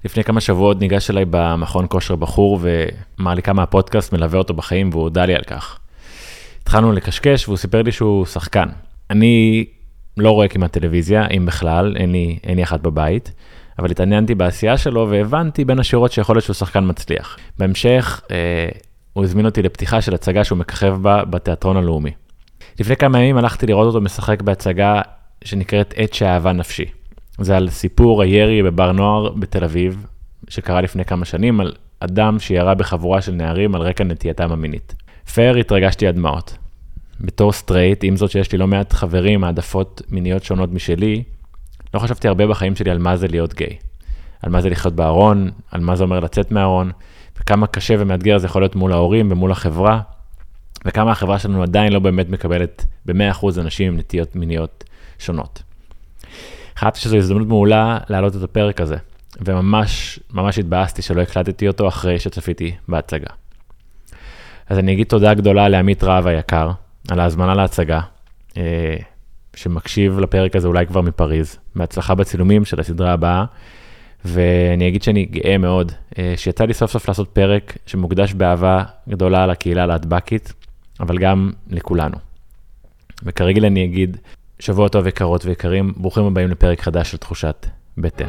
לפני כמה שבועות ניגש אליי במכון כושר בחור, ואמר לי כמה הפודקאסט מלווה אותו בחיים, והוא הודע לי על כך. התחלנו לקשקש, והוא סיפר לי שהוא שחקן. אני לא רואה כמעט טלוויזיה, אם בכלל, אין לי אחת בבית, אבל התעניינתי בעשייה שלו, והבנתי בין השירות שיכול להיות שהוא שחקן מצליח. בהמשך, הוא הזמין אותי לפתיחה של הצגה שהוא מככב בה בתיאטרון הלאומי. לפני כמה ימים הלכתי לראות אותו משחק בהצגה שנקראת עת שאהבה נפשי. זה על סיפור הירי בבר נוער בתל אביב, שקרה לפני כמה שנים, על אדם שירה בחבורה של נערים על רקע נטייתם המינית. פייר התרגשתי עד דמעות. בתור סטרייט, עם זאת שיש לי לא מעט חברים, העדפות מיניות שונות משלי, לא חשבתי הרבה בחיים שלי על מה זה להיות גיי. על מה זה לחיות בארון, על מה זה אומר לצאת מהארון, וכמה קשה ומאתגר זה יכול להיות מול ההורים ומול החברה, וכמה החברה שלנו עדיין לא באמת מקבלת ב100% אנשים עם נטיות מיניות שונות. חשבתי שזו הזדמנות מעולה להעלות את הפרק הזה, וממש התבאסתי שלא הקלטתי אותו אחרי שצפיתי בהצגה. אז אני אגיד תודה גדולה לעמית רהב היקר, על ההזמנה להצגה, שמקשיב לפרק הזה אולי כבר מפריז, בהצלחה בצילומים של הסדרה הבאה, ואני אגיד שאני גאה מאוד, שיצא לי סוף סוף לעשות פרק שמוקדש באהבה גדולה לקהילה להטבקית, אבל גם לכולנו. וכרגע אני אגיד, שבוע טוב יקרות ויקרים, ברוכים הבאים לפרק חדש של תחושת בטן.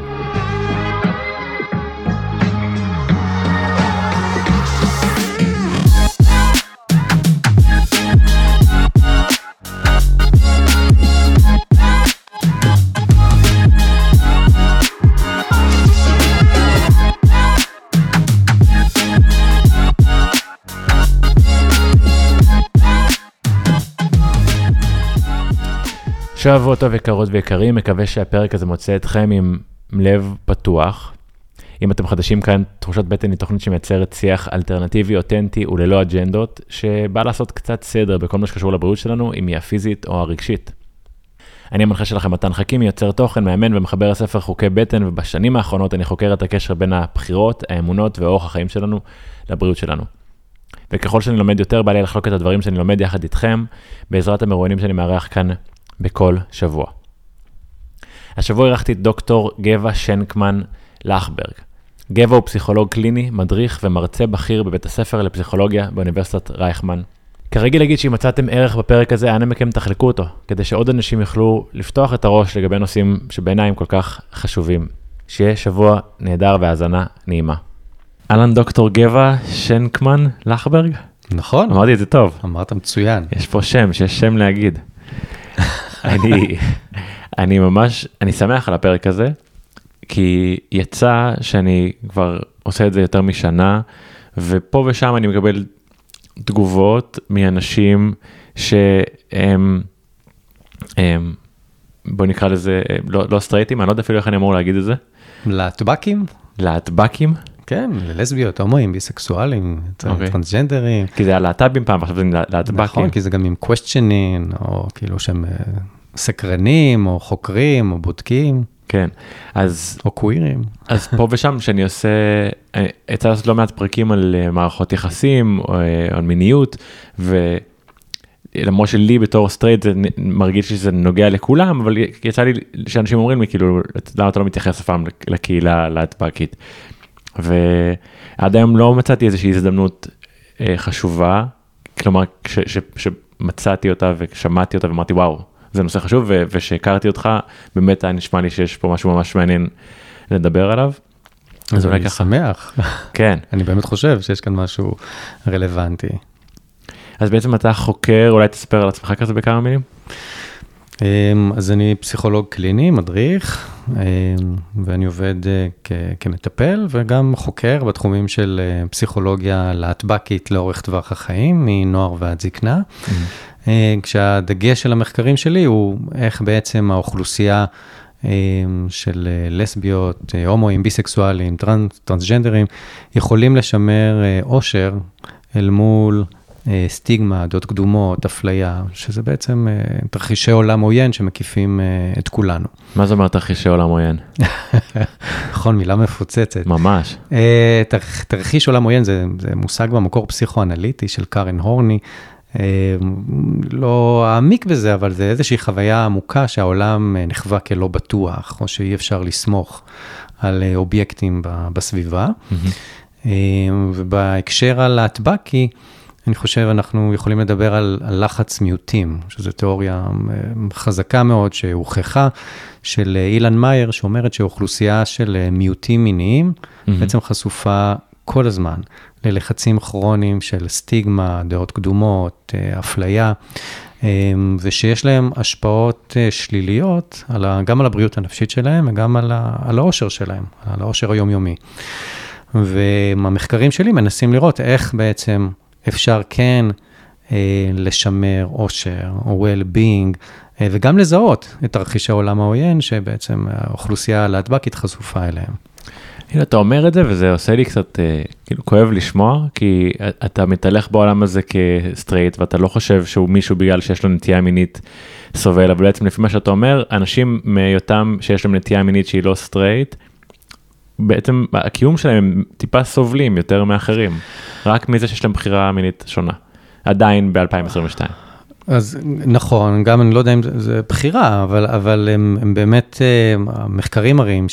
שבוע טוב יקרות ויקרים, מקווה שהפרק הזה מוצא אתכם עם לב פתוח. אם אתם חדשים כאן, תחושת בטן היא תוכנית שמייצרת שיח אלטרנטיבי, אותנטי וללא אג'נדות, שבא לעשות קצת סדר בכל מה שקשור לבריאות שלנו, אם היא הפיזית או הרגשית. אני המנחה שלכם מתן חכימי, יוצר תוכן, מאמן ומחבר הספר חוקי בטן, ובשנים האחרונות אני חוקר את הקשר בין הבחירות, האמונות ואורח החיים שלנו לבריאות שלנו. וככל שאני לומד יותר, בא לי לחלוק את הדברים שאני לומד יחד איתכם, בעזרת המרואיינים שאני מארח כאן בכל שבוע. השבוע ערכתי את דוקטור גבע שנקמן לחברג. גבע הוא פסיכולוג קליני, מדריך ומרצה בכיר בבית הספר לפסיכולוגיה באוניברסיטת רייכמן. כרגיל להגיד שאם מצאתם ערך בפרק הזה, אנא מכם תחלקו אותו, כדי שעוד אנשים יוכלו לפתוח את הראש לגבי נושאים שבעיניי כל כך חשובים. שיהיה שבוע נהדר והאזנה נעימה. אהלן דוקטור גבע שנקמן לחברג? נכון. אמרתי את זה טוב. אמרת מצוין. יש פה שם, שיש שם להגיד. אני שמח על הפרק הזה, כי יצא שאני כבר עושה את זה יותר משנה, ופה ושם אני מקבל תגובות מאנשים שהם, בוא נקרא לזה, לא סטרייטים, אני לא יודע אפילו איך אני אמור להגיד את זה. להטבקים? להטבקים? כן, ללסביות, הומואים, ביסקסואלים, טרנסג'נדרים. כי זה היה להט"בים פעם, עכשיו זה להטבקים. נכון, כי זה גם עם questioning, או כאילו שהם סקרנים, או חוקרים, או בודקים. כן, אז... או קווירים. אז פה ושם שאני עושה, יצא לעשות לא מעט פרקים על מערכות יחסים, או על מיניות, ולמרות שלי בתור סטרייט זה מרגיש שזה נוגע לכולם, אבל יצא לי שאנשים אומרים לי, כאילו, למה אתה לא מתייחס אף פעם לקהילה להטבקית? ועד היום לא מצאתי איזושהי הזדמנות חשובה, כלומר, שמצאתי אותה ושמעתי אותה ואמרתי, וואו, זה נושא חשוב, ושהכרתי אותך, באמת היה נשמע לי שיש פה משהו ממש מעניין לדבר עליו. אז אני שמח. כן. אני באמת חושב שיש כאן משהו רלוונטי. אז בעצם אתה חוקר, אולי תספר על עצמך כזה בכמה מילים? אז אני פסיכולוג קליני, מדריך, ואני עובד כמטפל, וגם חוקר בתחומים של פסיכולוגיה להטבקית לאורך טווח החיים, מנוער ועד זקנה. כשהדגש של המחקרים שלי הוא איך בעצם האוכלוסייה של לסביות, הומואים, ביסקסואלים, טרנסג'נדרים, יכולים לשמר אושר אל מול סטיגמה, דעות קדומות, אפליה, שזה בעצם תרחישי עולם עוין שמקיפים את כולנו. מה זה אומר תרחישי עולם עוין? נכון, מילה מפוצצת. ממש. תרחיש עולם עוין זה מושג במקור פסיכואנליטי של קארן הורני, לא העמיק בזה, אבל זה איזושהי חוויה עמוקה שהעולם נחווה כלא בטוח, או שאי אפשר לסמוך על אובייקטים בסביבה. ובהקשר הלהטבקי, אני חושב אנחנו יכולים לדבר על לחץ מיעוטים, שזו תיאוריה חזקה מאוד שהוכחה, של אילן מאייר, שאומרת שאוכלוסייה של מיעוטים מיניים, בעצם חשופה כל הזמן ללחצים כרוניים של סטיגמה, דעות קדומות, אפליה, ושיש להם השפעות שליליות, גם על הבריאות הנפשית שלהם, וגם על האושר שלהם, על האושר היומיומי. והמחקרים שלי מנסים לראות איך בעצם אפשר כן לשמר אושר, או well-being, וגם לזהות את תרחישי העולם העוין, שבעצם האוכלוסייה הלהטבקית חשופה אליהם. הנה, אתה אומר את זה, וזה עושה לי קצת, כאילו, כואב לשמוע, כי אתה מתהלך בעולם הזה כסטרייט, ואתה לא חושב שהוא מישהו בגלל שיש לו נטייה מינית סובל, אבל בעצם לפי מה שאתה אומר, אנשים מהיותם שיש להם נטייה מינית שהיא לא סטרייט, בעצם הקיום שלהם טיפה סובלים יותר מאחרים, רק מזה שיש להם בחירה מינית שונה, עדיין ב-2022. אז נכון, גם אני לא יודע אם זה בחירה, אבל הם באמת, המחקרים מראים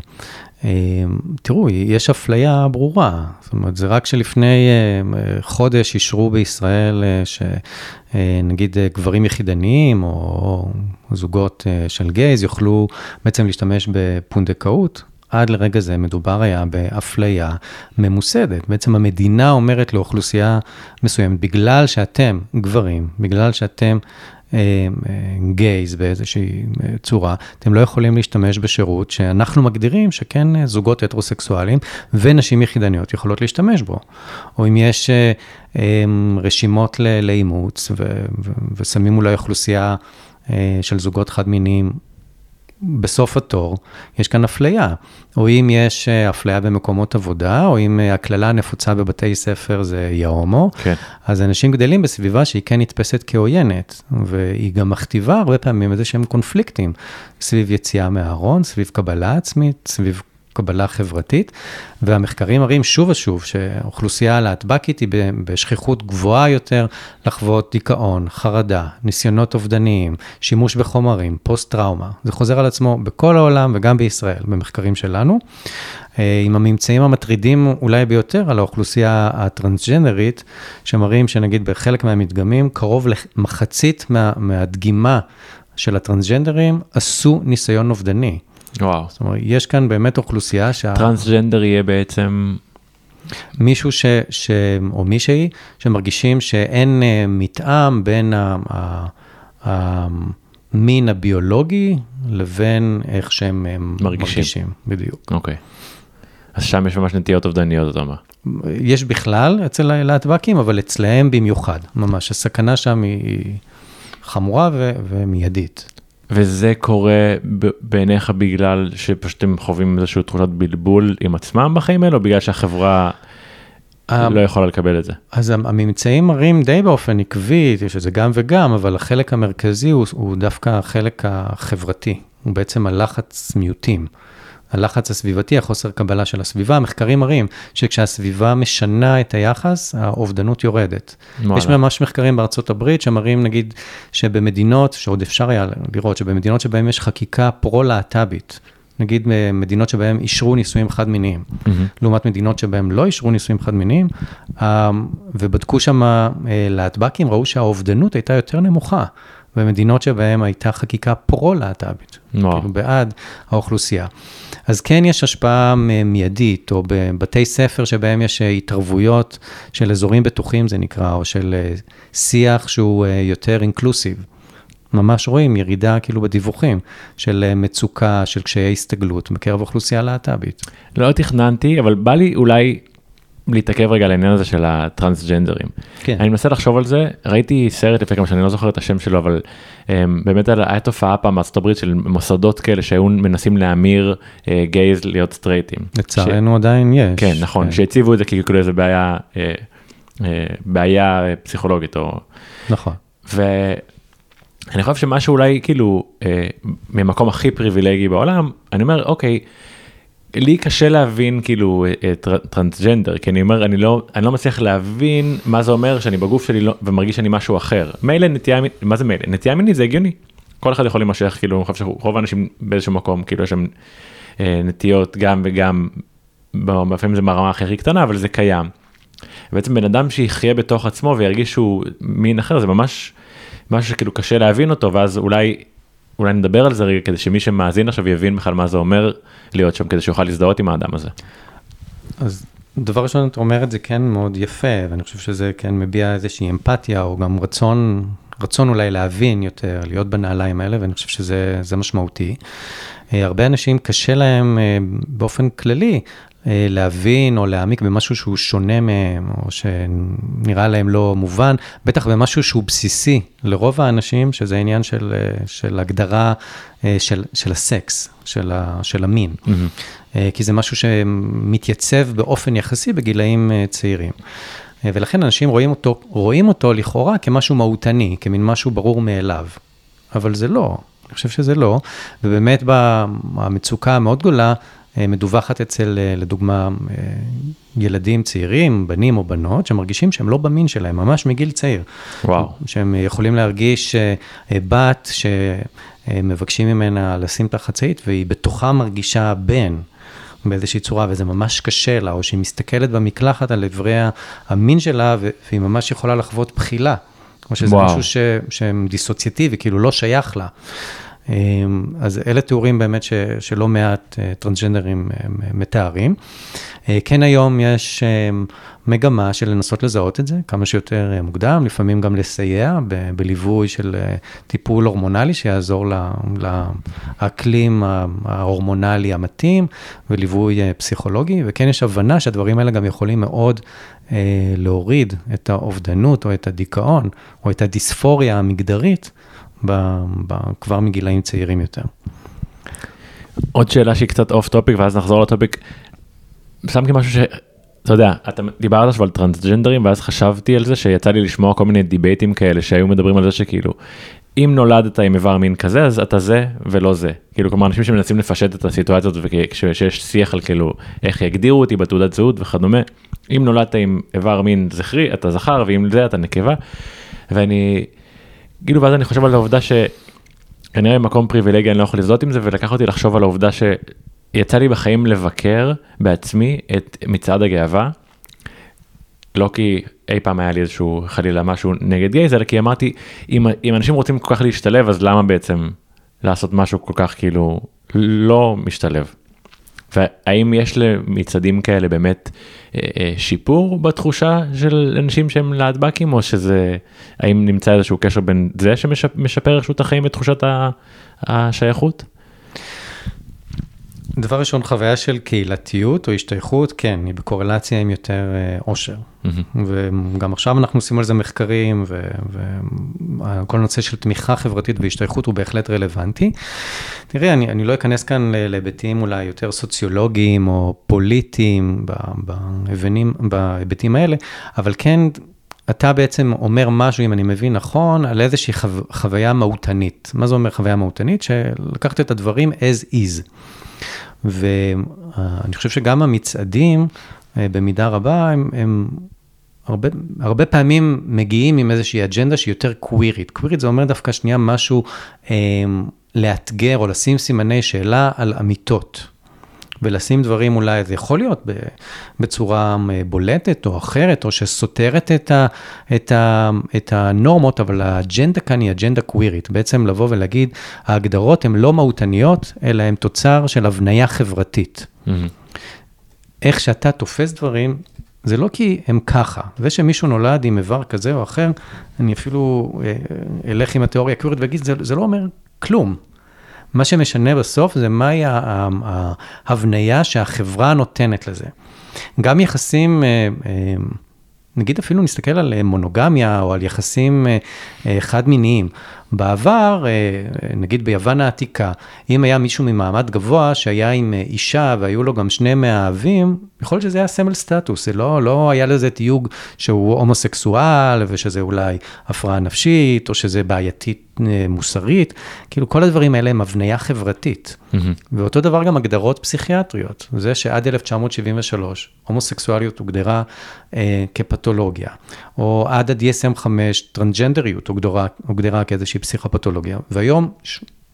תראו, יש אפליה ברורה, זאת אומרת, זה רק שלפני חודש אישרו בישראל שנגיד גברים יחידניים או זוגות של גייז יוכלו בעצם להשתמש בפונדקאות, עד לרגע זה מדובר היה באפליה ממוסדת. בעצם המדינה אומרת לאוכלוסייה מסוימת, בגלל שאתם גברים, בגלל שאתם גייז באיזושהי צורה, אתם לא יכולים להשתמש בשירות שאנחנו מגדירים שכן זוגות הטרוסקסואליים ונשים יחידניות יכולות להשתמש בו. או אם יש רשימות לאימוץ ושמים אולי אוכלוסייה של זוגות חד מיניים, בסוף התור, יש כאן אפליה, או אם יש אפליה במקומות עבודה, או אם הכללה הנפוצה בבתי ספר זה יהומו, כן. אז אנשים גדלים בסביבה שהיא כן נתפסת כעוינת, והיא גם מכתיבה הרבה פעמים איזה שהם קונפליקטים, סביב יציאה מהארון, סביב קבלה עצמית, סביב קבלה חברתית, והמחקרים מראים שוב ושוב שאוכלוסייה הלהטבקית היא בשכיחות גבוהה יותר לחוות דיכאון, חרדה, ניסיונות אובדניים, שימוש בחומרים, פוסט-טראומה. זה חוזר על עצמו בכל העולם וגם בישראל, במחקרים שלנו. עם הממצאים המטרידים אולי ביותר על האוכלוסייה הטרנסג'נדרית, שמראים שנגיד בחלק מהמדגמים, קרוב למחצית מהדגימה של הטרנסג'נדרים עשו ניסיון אובדני. וואו. זאת אומרת, יש כאן באמת אוכלוסייה טרנסג'נדר יהיה בעצם מישהו או מישהי שמרגישים שאין מתאם בין המין הביולוגי לבין איך שהם מרגישים. בדיוק. אוקיי. אז שם יש ממש נטיות אובדניות, אתה אומר. יש בכלל אצל הלהטבקים, אבל אצלהם במיוחד. ממש, הסכנה שם היא חמורה ומיידית. וזה קורה בעיניך בגלל שפשוט הם חווים איזושהי תחושת בלבול עם עצמם בחיים האלה, או בגלל שהחברה לא יכולה לקבל את זה? אז הממצאים מראים די באופן עקבי, שזה גם וגם, אבל החלק המרכזי הוא דווקא החלק החברתי, הוא בעצם הלחץ מיעוטים. הלחץ הסביבתי, החוסר קבלה של הסביבה, המחקרים מראים שכשהסביבה משנה את היחס, האובדנות יורדת. יש ממש מחקרים בארצות הברית שמראים נגיד שבמדינות, שעוד אפשר היה לראות, שבמדינות שבהן יש חקיקה פרו-להט"בית, נגיד מדינות שבהן אישרו נישואים חד מיניים, לעומת מדינות שבהן לא אישרו נישואים חד מיניים, ובדקו שם להטבקים, ראו שהאובדנות הייתה יותר נמוכה, במדינות שבהן הייתה חקיקה פרו-להט"בית, כאילו בעד האוכלוסייה. אז כן יש השפעה מיידית, או בבתי ספר שבהם יש התערבויות של אזורים בטוחים, זה נקרא, או של שיח שהוא יותר אינקלוסיב. ממש רואים ירידה כאילו בדיווחים של מצוקה, של קשיי הסתגלות, בקרב אוכלוסייה להט"בית. לא תכננתי, אבל בא לי אולי להתעכב רגע על העניין הזה של הטרנסג'נדרים. כן. אני מנסה לחשוב על זה, ראיתי סרט לפני כמה שאני לא זוכר את השם שלו, אבל באמת היה תופעה פעם בארצות הברית של מוסדות כאלה שהיו מנסים להמיר גייז להיות סטרייטים. לצערנו עדיין יש. כן, נכון, שהציבו את זה כאילו איזה בעיה פסיכולוגית. נכון. ואני חושב שמשהו אולי כאילו ממקום הכי פריבילגי בעולם, אני אומר, אוקיי, לי קשה להבין כאילו טרנסג'נדר, כי אני אומר, אני לא מצליח להבין מה זה אומר שאני בגוף שלי ומרגיש שאני משהו אחר. מילא נטייה מינית, מה זה מילא? נטייה מינית זה הגיוני. כל אחד יכול להימשך, כאילו, אני חושב שרוב האנשים באיזשהו מקום, כאילו, יש שם נטיות גם וגם, לפעמים זה ברמה הכי קטנה, אבל זה קיים. בעצם בן אדם שיחיה בתוך עצמו וירגיש שהוא מין אחר, זה ממש משהו שכאילו קשה להבין אותו, ואז אולי נדבר על זה רגע, כדי שמי שמאזין עכשיו יבין בכלל מה זה אומר להיות שם, כדי שיוכל להזדהות עם האדם הזה. אז דבר ראשון, אתה אומר את זה כן מאוד יפה, ואני חושב שזה כן מביע איזושהי אמפתיה, או גם רצון אולי להבין יותר, להיות בנעליים האלה, ואני חושב שזה משמעותי. הרבה אנשים קשה להם באופן כללי, להבין או להעמיק במשהו שהוא שונה מהם, או שנראה להם לא מובן, בטח במשהו שהוא בסיסי לרוב האנשים, שזה העניין של הגדרה של הסקס, של המין. כי זה משהו שמתייצב באופן יחסי בגילאים צעירים. ולכן אנשים רואים אותו לכאורה כמשהו מהותני, כמין משהו ברור מאליו. אבל זה לא, אני חושב שזה לא, ובאמת המצוקה המאוד גדולה, מדווחת אצל, לדוגמה, ילדים צעירים, בנים או בנות, שמרגישים שהם לא במין שלהם, ממש מגיל צעיר. וואו. שהם יכולים להרגיש בת שמבקשים ממנה לשים את החצאית, והיא בתוכה מרגישה בן באיזושהי צורה, וזה ממש קשה לה, או שהיא מסתכלת במקלחת על עברי המין שלה, והיא ממש יכולה לחוות בחילה, כמו שזה משהו שדיסוציאטיבי, כאילו לא שייך לה. אז אלה תיאורים באמת שלא מעט טרנסג'נדרים מתארים. כן היום יש מגמה של לנסות לזהות את זה כמה שיותר מוקדם, לפעמים גם לסייע בליווי של טיפול הורמונלי שיעזור לאקלים ההורמונלי המתאים וליווי פסיכולוגי, וכן יש הבנה שהדברים האלה גם יכולים מאוד להוריד את האובדנות או את הדיכאון או את הדיספוריה המגדרית, כבר מגילאים צעירים יותר. עוד שאלה שהיא קצת אוף טופיק, ואז נחזור לטופיק. שמתי משהו אתה יודע, אתה דיברת עכשיו על טרנסג'נדרים, ואז חשבתי על זה שיצא לי לשמוע כל מיני דיבייטים כאלה, שהיו מדברים על זה שכאילו, אם נולדת עם איבר מין כזה, אז אתה זה ולא זה. כאילו, כלומר, אנשים שמנסים לפשט את הסיטואציות, וכשיש שיח על כאילו, איך יגדירו אותי בתעודת זהות וכדומה, אם נולדת עם איבר מין זכרי, אתה זכר, ואם זה אתה נקבה. ואני כאילו, ואז אני חושב על העובדה שכנראה במקום פריבילגיה אני לא יכול לזדות עם זה, ולקח אותי לחשוב על העובדה שיצא לי בחיים לבקר בעצמי את מצעד הגאווה, לא כי אי פעם היה לי איזשהו חלילה משהו נגד גייז, אלא כי אמרתי, אם אנשים רוצים כל כך להשתלב, אז למה בעצם לעשות משהו כל כך כאילו לא משתלב? והאם יש למצעדים כאלה באמת שיפור בתחושה של אנשים שהם להטבקים, או שזה, האם נמצא איזשהו קשר בין זה שמשפר איכות החיים ותחושת השייכות? דבר ראשון, חוויה של קהילתיות או השתייכות, כן, היא בקורלציה עם יותר עושר. וגם עכשיו אנחנו עושים על זה מחקרים, וכל הנושא של תמיכה חברתית והשתייכות הוא בהחלט רלוונטי. תראי, אני לא אכנס כאן להיבטים אולי יותר סוציולוגיים או פוליטיים בהיבטים האלה, אבל כן, אתה בעצם אומר משהו, אם אני מבין נכון, על איזושהי חוויה מהותנית. מה זה אומר חוויה מהותנית? שלקחת את הדברים as is. ואני חושב שגם המצעדים, במידה רבה, הם הרבה פעמים מגיעים עם איזושהי אג'נדה שהיא יותר קווירית. קווירית זה אומר דווקא שנייה משהו לאתגר או לשים סימני שאלה על אמיתות. ולשים דברים אולי, זה יכול להיות בצורה בולטת או אחרת, או שסותרת את הנורמות, אבל האג'נדה כאן היא אג'נדה קווירית. בעצם לבוא ולהגיד, ההגדרות הן לא מהותניות, אלא הן תוצר של הבניה חברתית. איך שאתה תופס דברים, זה לא כי הם ככה. זה שמישהו נולד עם איבר כזה או אחר, אני אפילו אלך עם התיאוריה הקווירית ואגיד, זה לא אומר כלום. מה שמשנה בסוף זה מהי ההבניה שהחברה נותנת לזה. גם יחסים, נגיד אפילו נסתכל על מונוגמיה או על יחסים חד-מיניים. בעבר, נגיד ביוון העתיקה, אם היה מישהו ממעמד גבוה שהיה עם אישה והיו לו גם שני מאהבים, יכול להיות שזה היה סמל סטטוס, זה לא היה לזה תיוג שהוא הומוסקסואל ושזה אולי הפרעה נפשית או שזה בעייתית מוסרית, כאילו כל הדברים האלה הם הבניה חברתית. ואותו דבר גם הגדרות פסיכיאטריות, זה שעד 1973 הומוסקסואליות הוגדרה כפתולוגיה, או עד ה-DSM-5 טרנסג'נדריות הוגדרה כאיזושהי פסיכופתולוגיה, והיום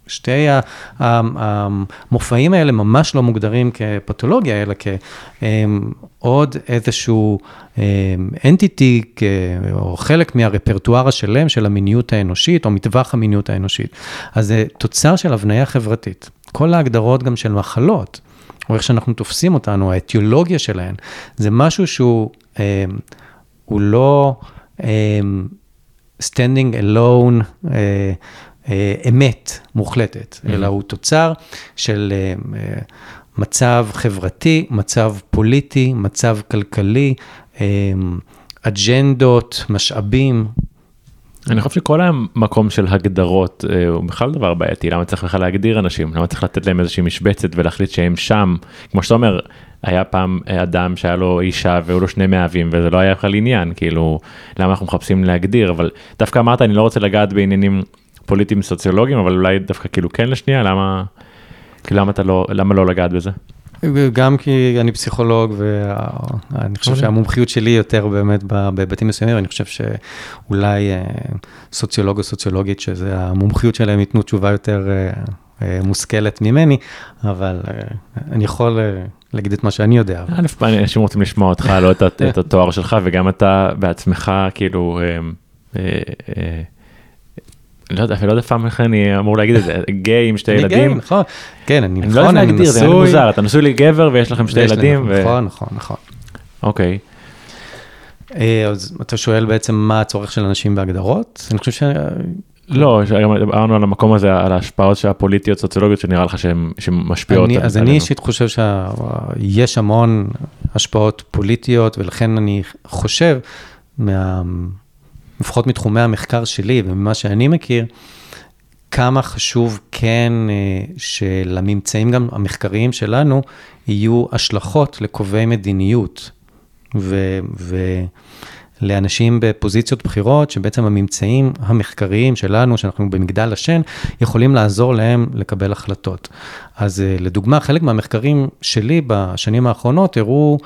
שתי המופעים האלה ממש לא מוגדרים כפתולוגיה, אלא כעוד איזשהו אנטיטי, או חלק מהרפרטואר השלם של המיניות האנושית, או מטווח המיניות האנושית. אז זה תוצר של הבניה חברתית. כל ההגדרות גם של מחלות, או איך שאנחנו תופסים אותנו, האתיולוגיה שלהן, זה משהו שהוא הוא לא standing alone, אמת מוחלטת, אלא הוא תוצר של מצב חברתי, מצב פוליטי, מצב כלכלי, אג'נדות, משאבים. אני חושב שכל המקום של הגדרות הוא בכלל דבר בעייתי, למה צריך בכלל להגדיר אנשים, למה צריך לתת להם איזושהי משבצת ולהחליט שהם שם, כמו שאתה אומר, היה פעם אדם שהיה לו אישה והיו לו שני מאהבים, וזה לא היה בכלל עניין, כאילו, למה אנחנו מחפשים להגדיר, אבל דווקא אמרת, אני לא רוצה לגעת בעניינים פוליטיים סוציולוגיים, אבל אולי דווקא כאילו כן לשנייה, למה לא לגעת בזה? גם כי אני פסיכולוג, ואני חושב שהמומחיות שלי יותר באמת בהיבטים מסוימים, אני חושב שאולי סוציולוג או סוציולוגית, שזה המומחיות שלהם ייתנו תשובה יותר מושכלת ממני, אבל אני יכול להגיד את מה שאני יודע. אנשים רוצים לשמוע אותך, לא את התואר שלך, וגם אתה בעצמך, כאילו, לא יודע פעם איך אני אמור להגיד את זה, גיי עם שתי ילדים. אני גיי, נכון. כן, אני נכון, אני לא יודע להגדיר, זה מוזר, אתה נשוי לגבר ויש לכם שתי ילדים. נכון. אוקיי. אז אתה שואל בעצם מה הצורך של אנשים בהגדרות? אני חושב לא, אמרנו על המקום הזה, על ההשפעות הפוליטיות, סוציולוגיות, שנראה לך שהן משפיעות עלינו. אז אני אישית חושב שיש המון השפעות פוליטיות, ולכן אני חושב, לפחות מתחומי המחקר שלי, וממה שאני מכיר, כמה חשוב כן שלממצאים גם המחקריים שלנו, יהיו השלכות לקובעי מדיניות, לאנשים בפוזיציות בחירות, שבעצם הממצאים המחקריים שלנו, שאנחנו במגדל השן, יכולים לעזור להם לקבל החלטות. אז לדוגמה, חלק מהמחקרים שלי בשנים האחרונות, הראו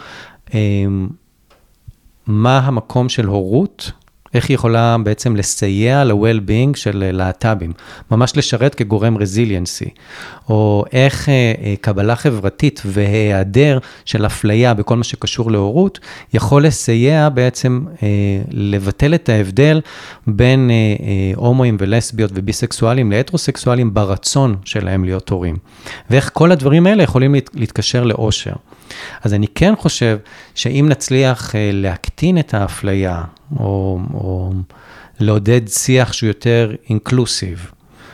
מה המקום של הורות, איך היא יכולה בעצם לסייע ל-well-being של להט"בים, ממש לשרת כגורם רזיליאנסי, או איך קבלה חברתית והיעדר של אפליה בכל מה שקשור להורות, יכול לסייע בעצם לבטל את ההבדל בין הומואים ולסביות וביסקסואלים להטרוסקסואלים ברצון שלהם להיות הורים. ואיך כל הדברים האלה יכולים להתקשר לאושר. אז אני כן חושב שאם נצליח להקטין את האפליה, או לעודד שיח שהוא יותר אינקלוסיב,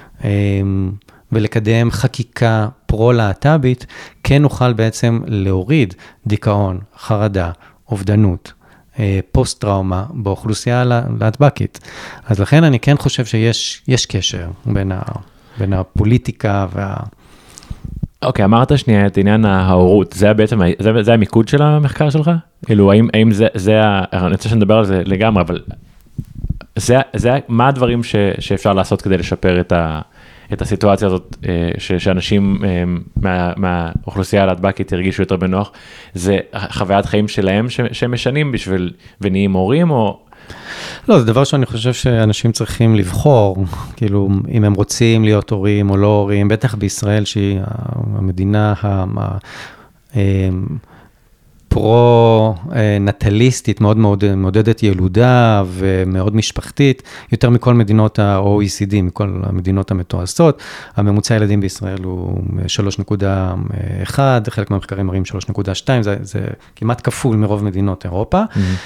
ולקדם חקיקה פרו-להט"בית, כן נוכל בעצם להוריד דיכאון, חרדה, אובדנות, פוסט-טראומה באוכלוסייה להטב"קית. אז לכן אני כן חושב שיש קשר בין הפוליטיקה אוקיי, אמרת שנייה את עניין ההורות, זה בעצם, זה המיקוד של המחקר שלך? כאילו, האם זה, אני רוצה שנדבר על זה לגמרי, אבל מה הדברים שאפשר לעשות כדי לשפר את הסיטואציה הזאת, שאנשים מהאוכלוסייה הלהטב"קית ירגישו יותר בנוח? זה חוויית חיים שלהם שהם משנים בשביל, ונהיים הורים, או... לא, זה דבר שאני חושב שאנשים צריכים לבחור, כאילו, אם הם רוצים להיות הורים או לא הורים, בטח בישראל שהיא המדינה פרו-נטליסטית, מאוד מעודדת ילודה ומאוד משפחתית, יותר מכל מדינות ה-OECD, מכל המדינות המתועשות. הממוצע ילדים בישראל הוא 3.1, חלק מהמחקרים מראים 3.2, זה כמעט כפול מרוב מדינות אירופה.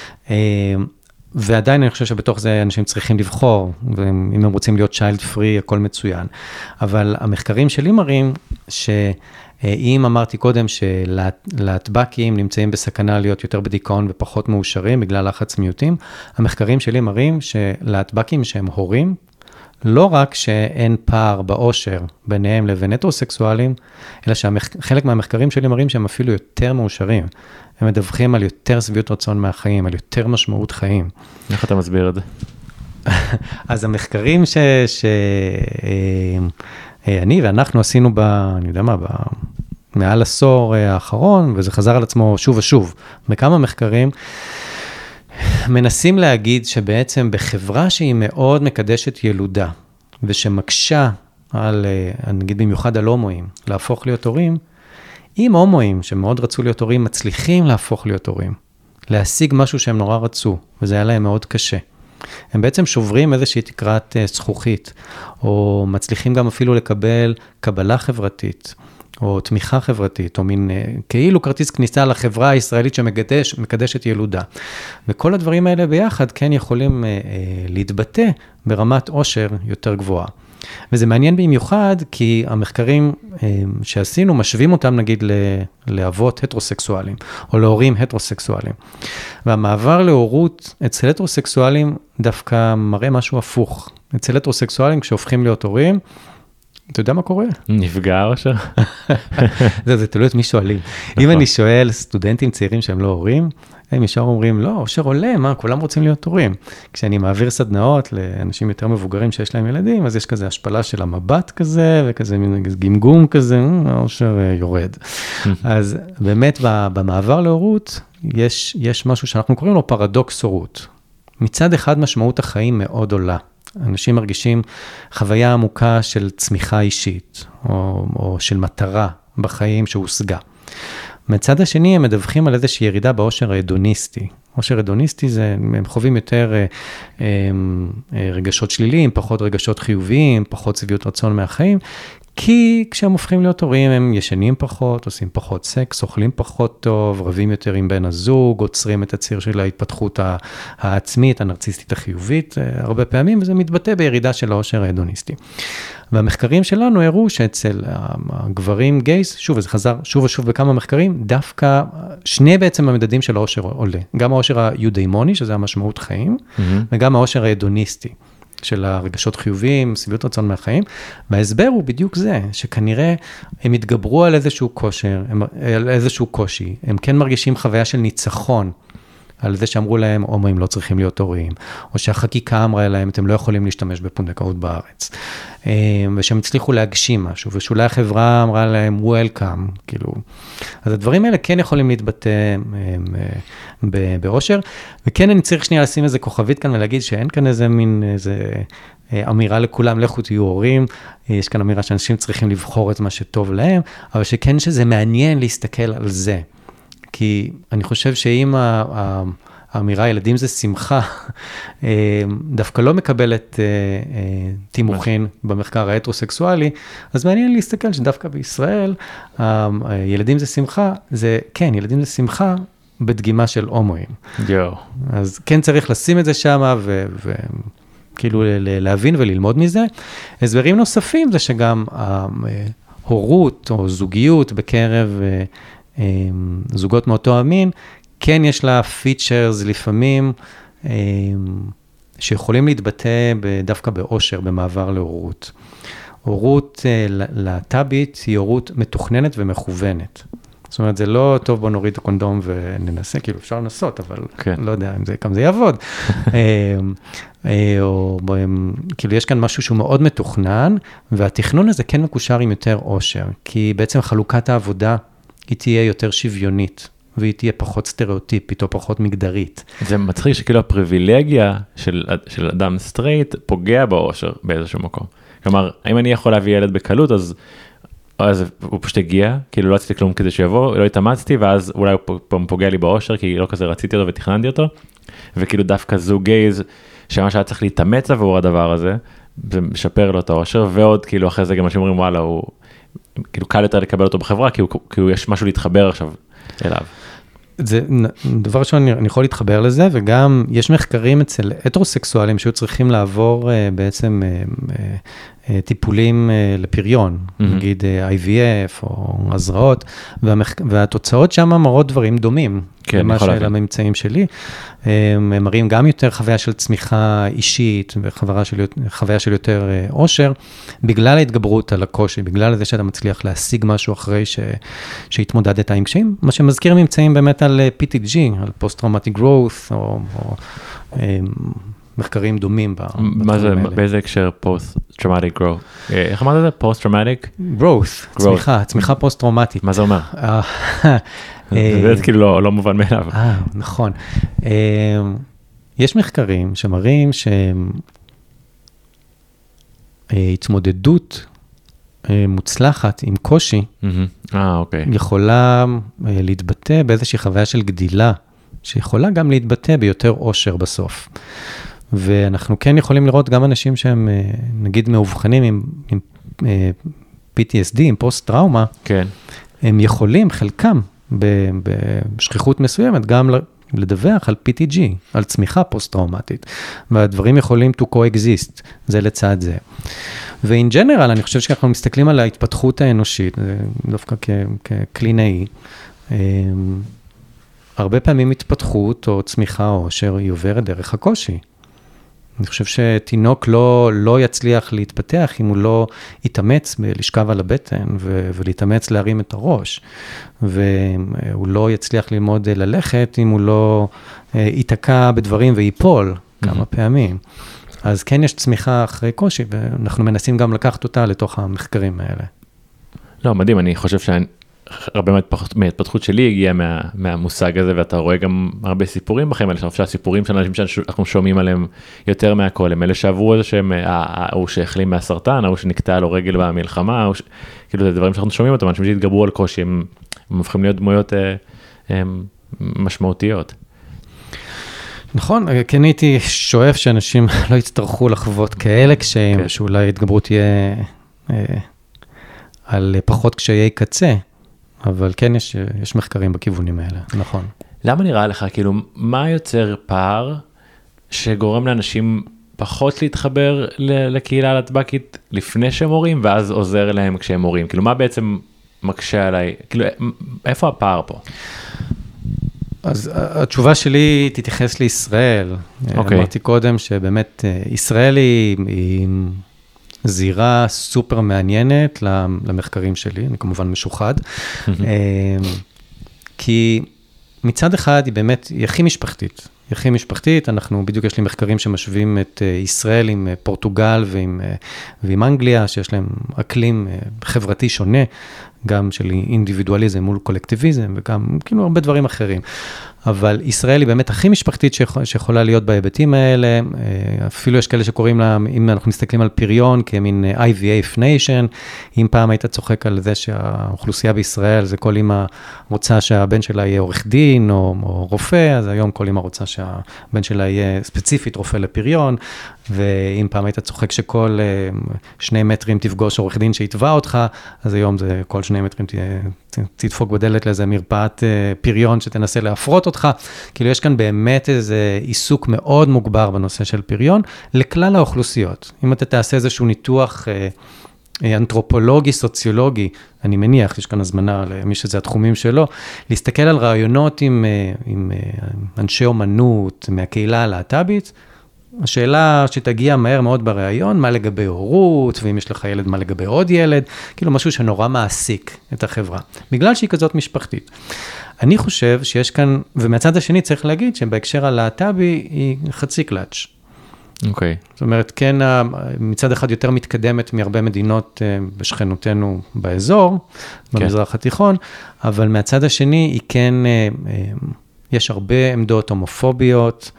ועדיין אני חושב שבתוך זה אנשים צריכים לבחור, ואם הם רוצים להיות child free, הכל מצוין. אבל המחקרים שלי מראים שאם אמרתי קודם שלהטב"קים נמצאים בסכנה להיות יותר בדיכאון ופחות מאושרים בגלל לחץ מיעוטים, המחקרים שלי מראים שלהטב"קים שהם הורים, לא רק שאין פער באושר ביניהם לבין הטרוסקסואלים, אלא שחלק מהמחקרים שלי מראים שהם אפילו יותר מאושרים. הם מדווחים על יותר שביעות רצון מהחיים, על יותר משמעות חיים. איך אתה מסביר את זה? אז המחקרים שאני ואנחנו עשינו אני יודע מה, מעל עשור האחרון, וזה חזר על עצמו שוב ושוב, בכמה מחקרים, מנסים להגיד שבעצם בחברה שהיא מאוד מקדשת ילודה, ושמקשה נגיד במיוחד על הומואים, להפוך להיות הורים, אם הומואים שמאוד רצו להיות הורים, מצליחים להפוך להיות הורים, להשיג משהו שהם נורא רצו, וזה היה להם מאוד קשה. הם בעצם שוברים איזושהי תקרת זכוכית, או מצליחים גם אפילו לקבל קבלה חברתית, או תמיכה חברתית, או מין כאילו כרטיס כניסה לחברה הישראלית שמקדשת ילודה. וכל הדברים האלה ביחד כן יכולים להתבטא ברמת עושר יותר גבוהה. וזה מעניין במיוחד, כי המחקרים שעשינו, משווים אותם נגיד לאבות הטרוסקסואלים, או להורים הטרוסקסואלים. והמעבר להורות אצל הטרוסקסואלים דווקא מראה משהו הפוך. אצל הטרוסקסואלים כשהופכים להיות הורים, אתה יודע מה קורה? נפגע אושר? זה תלוי את מי שואלים. אם אני שואל סטודנטים צעירים שהם לא הורים, הם ישר אומרים, לא, אושר עולה, מה, כולם רוצים להיות הורים. כשאני מעביר סדנאות לאנשים יותר מבוגרים שיש להם ילדים, אז יש כזה השפלה של המבט כזה, וכזה גמגום כזה, האושר יורד. אז באמת במעבר להורות, יש משהו שאנחנו קוראים לו פרדוקס הורות. מצד אחד משמעות החיים מאוד עולה. אנשים מרגישים חוויה עמוקה של צמיחה אישית, או של מטרה בחיים שהושגה. מצד השני, הם מדווחים על איזושהי ירידה באושר ההדוניסטי. אושר הדוניסטי זה, הם חווים יותר רגשות שליליים, פחות רגשות חיוביים, פחות שביעות רצון מהחיים, כי כשהם הופכים להיות הורים, הם ישנים פחות, עושים פחות סקס, אוכלים פחות טוב, רבים יותר עם בן הזוג, עוצרים את הציר של ההתפתחות העצמית, הנרציסטית החיובית, הרבה פעמים, וזה מתבטא בירידה של האושר ההדוניסטי. והמחקרים שלנו הראו שאצל הגברים גייס, שוב, זה חזר שוב ושוב בכמה מחקרים, דווקא שני בעצם המדדים של האושר עולה. גם האושר היודיימוני, שזה המשמעות חיים, וגם האושר ההדוניסטי. של הרגשות חיוביים, סביבות רצון מהחיים, וההסבר הוא בדיוק זה, שכנראה הם התגברו על איזשהו קושי, הם כן מרגישים חוויה של ניצחון, על זה שאמרו להם, הומואים לא צריכים להיות הורים, או שהחקיקה אמרה להם, אתם לא יכולים להשתמש בפונדקאות בארץ, ושהם הצליחו להגשים משהו, ושאולי החברה אמרה להם, welcome, כאילו, אז הדברים האלה כן יכולים להתבטא באושר, וכן אני צריך שנייה לשים איזה כוכבית כאן, ולהגיד שאין כאן איזה מין, איזה אמירה לכולם, לכו תהיו הורים, יש כאן אמירה שאנשים צריכים לבחור את מה שטוב להם, אבל שכן שזה מעניין להסתכל על זה, כי אני חושב שאם האמירה, ילדים זה שמחה, דווקא לא מקבלת תימוכין במחקר ההטרוסקסואלי, אז מעניין להסתכל שדווקא בישראל, ילדים זה שמחה, זה כן, ילדים זה שמחה בדגימה של הומואים. אז כן צריך לשים את זה שם, וכאילו להבין וללמוד מזה. הסברים נוספים זה שגם ההורות או זוגיות בקרב זוגות מאותו המין, כן יש לה פיצ'רס לפעמים שיכולים להתבטא דווקא באושר, במעבר להורות. הורות להט"בית היא הורות מתוכננת ומכוונת. זאת אומרת, זה לא טוב, בוא נוריד את הקונדום וננסה, כאילו אפשר לנסות, אבל לא יודע אם כמה זה יעבוד. או כאילו יש כאן משהו שהוא מאוד מתוכנן, והתכנון הזה כן מקושר עם יותר אושר, כי בעצם חלוקת העבודה היא תהיה יותר שוויונית, והיא תהיה פחות סטריאוטיפית או פחות מגדרית. זה מצחיק שכאילו הפריבילגיה של אדם סטרייט פוגע באושר באיזשהו מקום. כלומר, אם אני יכול להביא ילד בקלות, אז הוא פשוט הגיע, כאילו לא עשיתי כלום כדי שיבוא, לא התאמצתי, ואז אולי הוא פוגע לי באושר, כי לא כזה רציתי אותו ותכננתי אותו, וכאילו דווקא זוג גייז, שמה שהיה צריך להתאמץ עבור הדבר הזה, זה משפר לו את האושר, ועוד כאילו אחרי זה גם אנשים אומרים, וואלה, הוא כאילו קל יותר לקבל אותו בחברה, כי יש משהו להתחבר עכשיו אליו. זה דבר ראשון, אני יכול להתחבר לזה, וגם יש מחקרים אצל הטרוסקסואלים שהיו צריכים לעבור בעצם טיפולים לפריון, נגיד IVF או הזרעות, והתוצאות שם מראות דברים דומים, למה של הממצאים שלי. הם מראים גם יותר חוויה של צמיחה אישית, וחוויה של יותר אושר, בגלל ההתגברות על הקושי, בגלל זה שאתה מצליח להשיג משהו אחרי שהתמודדת עם קשיים, מה שמזכיר ממצאים באמת על PTG, על Post-Traumatic Growth, או מחקרים דומים בתחומים האלה. מה זה, באיזה הקשר Post-Traumatic Growth? איך אמרת את זה? Post-Traumatic? Growth, צמיחה פוסט-טראומטית. מה זה אומר? זה כאילו לא מובן מאליו. נכון. יש מחקרים שמראים שהתמודדות מוצלחת עם קושי, אוקיי. יכולה להתבטא באיזושהי חוויה של גדילה, שיכולה גם להתבטא ביותר אושר בסוף. ואנחנו כן יכולים לראות גם אנשים שהם, נגיד, מאובחנים עם PTSD, עם פוסט-טראומה, כן. הם יכולים, חלקם, בשכיחות מסוימת, גם לדווח על PTG, על צמיחה פוסט-טראומטית. והדברים יכולים to coexist, זה לצד זה. ו-in general, אני חושב שאנחנו מסתכלים על ההתפתחות האנושית, דווקא כקלינאי, הרבה פעמים התפתחות או צמיחה או אשר היא עוברת דרך הקושי. אני חושב שתינוק לא יצליח להתפתח אם הוא לא יתאמץ לשכב על הבטן ולהתאמץ להרים את הראש. והוא לא יצליח ללמוד ללכת אם הוא לא ייתקע בדברים ויפול כמה פעמים. אז כן יש צמיחה אחרי קושי, ואנחנו מנסים גם לקחת אותה לתוך המחקרים האלה. לא, מדהים, אני חושב הרבה מההתפתחות שלי הגיעה מהמושג הזה, ואתה רואה גם הרבה סיפורים בכם, אני חושב שהסיפורים של אנשים שאנחנו שומעים עליהם יותר מהכל, הם אלה שעברו איזה שהם, ההוא שהחלים מהסרטן, ההוא שנקטע לו רגל במלחמה, כאילו זה דברים שאנחנו שומעים אותם, אנשים שהתגברו על קושי, הם הופכים להיות דמויות משמעותיות. נכון, כן הייתי שואף שאנשים לא יצטרכו לחוות כאלה קשיים, שאולי התגברות תהיה על פחות קשיי קצה, אבל כן יש מחקרים בכיוונים האלה, נכון. למה נראה לך, כאילו, מה יוצר פער שגורם לאנשים פחות להתחבר לקהילה הלהטב"קית לפני שהם הורים, ואז עוזר להם כשהם הורים? כאילו, מה בעצם מקשה עליי? כאילו, איפה הפער פה? אז התשובה שלי תתייחס לישראל. אמרתי קודם שבאמת ישראל היא זירה סופר מעניינת למחקרים שלי, אני כמובן משוחד, כי מצד אחד היא באמת, היא הכי משפחתית. היא הכי משפחתית, בדיוק יש לי מחקרים שמשווים את ישראל עם פורטוגל ועם אנגליה, שיש להם אקלים חברתי שונה, גם של אינדיבידואליזם מול קולקטיביזם, וגם כאילו הרבה דברים אחרים. אבל ישראל היא באמת הכי משפחתית שיכולה להיות בהיבטים האלה, אפילו יש כאלה שקוראים לה, אם אנחנו מסתכלים על פריון, כמין IVF nation, אם פעם היית צוחק על זה שהאוכלוסייה בישראל, זה כל אמא רוצה שהבן שלה יהיה עורך דין או רופא, אז היום כל אמא רוצה שהבן שלה יהיה ספציפית רופא לפריון, ואם פעם היית צוחק שכל 2 מטרים תפגוש עורך דין שיתבע אותך, אז היום זה כל 2 מטרים תדפוק בדלת לאיזה מרפאת פריון שתנסה להפרות אותך. כאילו יש כאן באמת איזה עיסוק מאוד מוגבר בנושא של פריון, לכלל האוכלוסיות. אם אתה תעשה איזשהו ניתוח אנתרופולוגי, סוציולוגי, אני מניח, יש כאן הזמנה למי שזה התחומים שלו, להסתכל על רעיונות עם אנשי אומנות מהקהילה הלהט"בית, השאלה שתגיע מהר מאוד בראיון, מה לגבי הורות, ואם יש לך ילד, מה לגבי עוד ילד, כאילו משהו שנורא מעסיק את החברה, בגלל שהיא כזאת משפחתית. אני חושב שיש כאן, ומהצד השני צריך להגיד, שבהקשר הלהט"בי היא חצי קלאץ'. אוקיי. זאת אומרת, כן, מצד אחד יותר מתקדמת מהרבה מדינות בשכנותינו באזור, במזרח התיכון, אבל מהצד השני היא כן, יש הרבה עמדות הומופוביות,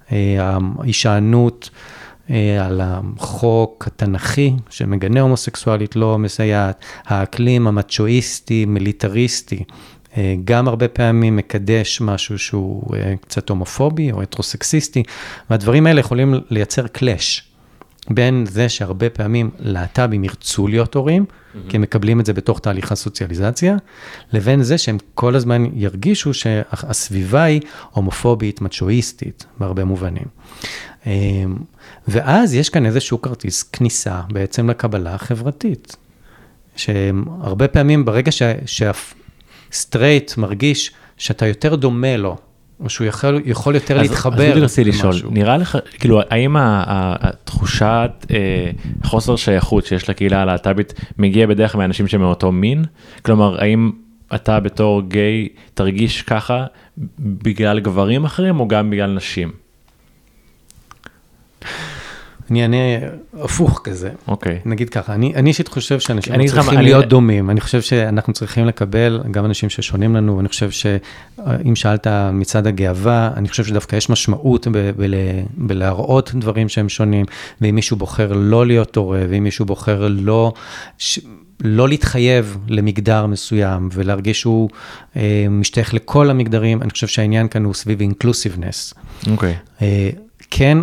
ההישענות על החוק התנ"כי שמגנה הומוסקסואלית לא מסייעת, האקלים המצ'ואיסטי, מיליטריסטי, גם הרבה פעמים מקדש משהו שהוא קצת הומופובי או הטרוסקסיסטי, והדברים האלה יכולים לייצר קלאש בין זה שהרבה פעמים להט"בים ירצו להיות הורים, כי הם מקבלים את זה בתוך תהליך הסוציאליזציה, לבין זה שהם כל הזמן ירגישו שהסביבה היא הומופובית, מצ'ואיסטית, בהרבה מובנים. ואז יש כאן איזשהו כרטיס כניסה בעצם לקבלה החברתית, שהרבה פעמים ברגע שהסטרייט מרגיש שאתה יותר דומה לו, או שהוא יכול יותר להתחבר. אז רציתי לשאול, נראה לך, כאילו, האם התחושת חוסר שייכות שיש לקהילה הלהט"בית מגיע בדרך מאנשים שמאותו מין? כלומר, האם אתה בתור גיי תרגיש ככה בגלל גברים אחרים או גם בגלל נשים? אני אענה הפוך כזה. אוקיי. נגיד ככה, אני אישית חושב שאנשים צריכים להיות דומים. אני חושב שאנחנו צריכים לקבל גם אנשים ששונים לנו, ואני חושב שאם שאלת מצד הגאווה, אני חושב שדווקא יש משמעות בלהראות דברים שהם שונים, ואם מישהו בוחר לא להיות הורה, ואם מישהו בוחר לא להתחייב למגדר מסוים, ולהרגיש שהוא משתייך לכל המגדרים, אני חושב שהעניין כאן הוא סביב inclusiveness. אוקיי. כן,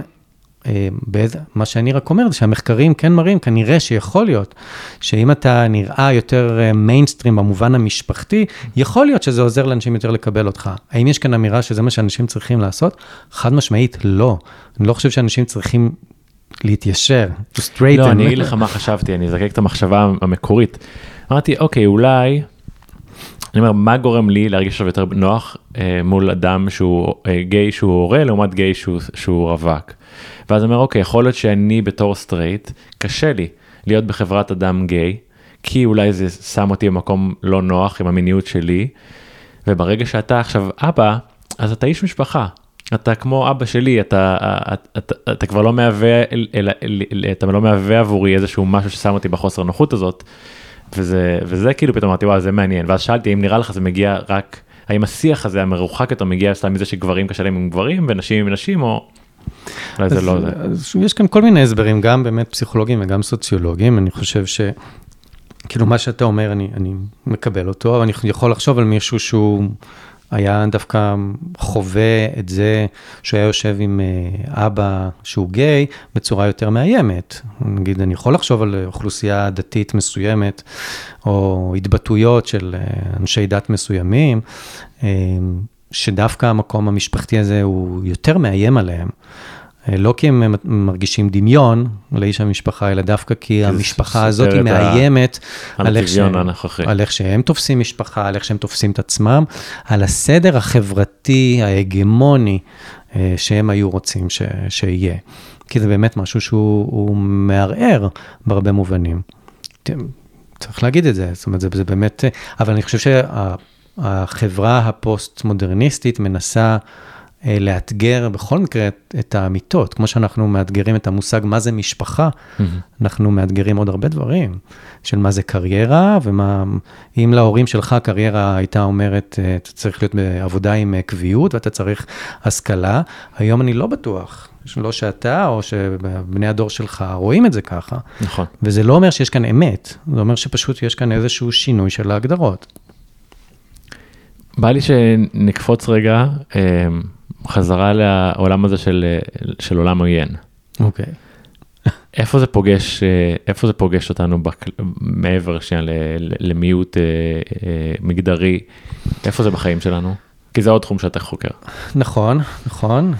מה שאני רק אומר, זה שהמחקרים כן מראים, כנראה שיכול להיות, שאם אתה נראה יותר מיינסטרים במובן המשפחתי, יכול להיות שזה עוזר לאנשים יותר לקבל אותך. האם יש כאן אמירה שזה מה שאנשים צריכים לעשות? חד משמעית, לא. אני לא חושב שאנשים צריכים להתיישר, to straighten. לא, אני אגיד לך מה חשבתי, אני אזקק את המחשבה המקורית. אמרתי, אוקיי, אולי, אני אומר, מה גורם לי להרגיש עכשיו יותר נוח מול אדם שהוא גיי שהוא הורה, לעומת גיי שהוא רווק. ואז אני אומר, אוקיי, יכול להיות שאני בתור סטרייט, קשה לי להיות בחברת אדם גיי, כי אולי זה שם אותי במקום לא נוח עם המיניות שלי, וברגע שאתה עכשיו אבא, אז אתה איש משפחה. אתה כמו אבא שלי, אתה כבר לא מהווה, אתה לא מהווה עבורי איזשהו משהו ששם אותי בחוסר הנוחות הזאת, וזה כאילו פתאום אמרתי, וואו, זה מעניין. ואז שאלתי, אם נראה לך זה מגיע רק, האם השיח הזה המרוחק יותר מגיע סתם מזה שגברים קשה להם עם גברים, ונשים עם נשים, או אולי זה לא זה. אז יש כאן כל מיני הסברים, גם באמת פסיכולוגיים וגם סוציולוגיים. אני חושב כאילו מה שאתה אומר, אני מקבל אותו, אבל אני יכול לחשוב על מישהו שהוא היה דווקא חווה את זה שהוא היה יושב עם אבא שהוא גיי בצורה יותר מאיימת. נגיד, אני יכול לחשוב על אוכלוסייה דתית מסוימת, או התבטאויות של אנשי דת מסוימים, שדווקא המקום המשפחתי הזה הוא יותר מאיים עליהם. לא כי הם מרגישים דמיון לאיש המשפחה, אלא דווקא כי המשפחה הזאת היא מאיימת על איך שהם תופסים משפחה, על איך שהם תופסים את עצמם, על הסדר החברתי, ההגמוני, שהם היו רוצים שיהיה. כי זה באמת משהו שהוא מערער בהרבה מובנים. צריך להגיד את זה, זאת אומרת, זה באמת, אבל אני חושב שהחברה הפוסט-מודרניסטית מנסה לאתגר בכל מקרה את האמיתות, כמו שאנחנו מאתגרים את המושג מה זה משפחה, אנחנו מאתגרים עוד הרבה דברים, של מה זה קריירה, ומה, אם להורים שלך קריירה הייתה אומרת, אתה צריך להיות בעבודה עם קביעות, ואתה צריך השכלה, היום אני לא בטוח, לא שאתה או שבני הדור שלך רואים את זה ככה. נכון. וזה לא אומר שיש כאן אמת, זה אומר שפשוט יש כאן איזשהו שינוי של ההגדרות. בא לי שנקפוץ רגע, חזרה לעולם הזה של עולם עוין. אוקיי. איפה זה פוגש אותנו מעבר למיעוט מגדרי? איפה זה בחיים שלנו? כי זה עוד תחום שאתה חוקר. נכון, נכון.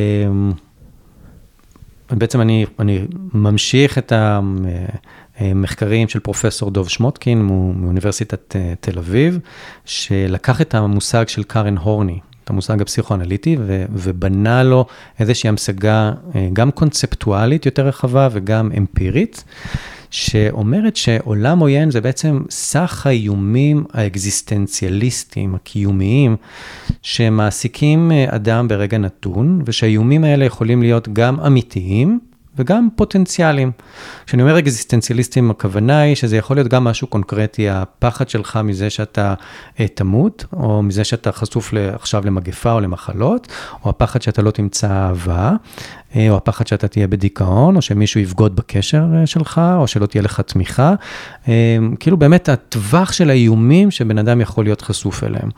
בעצם אני ממשיך את המחקרים של פרופסור דוב שמוטקין מאוניברסיטת תל אביב, שלקח את המושג של קארן הורני, את המושג הפסיכואנליטי, ובנה לו איזושהי המשגה גם קונספטואלית יותר רחבה וגם אמפירית, שאומרת שעולם עוין זה בעצם סך האיומים האקזיסטנציאליסטיים, הקיומיים, שמעסיקים אדם ברגע נתון, ושהאיומים האלה יכולים להיות גם אמיתיים, וגם פוטנציאליים. כשאני אומר אקזיסטנציאליסטים, הכוונה היא שזה יכול להיות גם משהו קונקרטי, הפחד שלך מזה שאתה תמות, או מזה שאתה חשוף עכשיו למגפה או למחלות, או הפחד שאתה לא תמצא אהבה, או הפחד שאתה תהיה בדיכאון, או שמישהו יבגוד בקשר שלך, או שלא תהיה לך תמיכה. כאילו באמת הטווח של האיומים שבן אדם יכול להיות חשוף אליהם.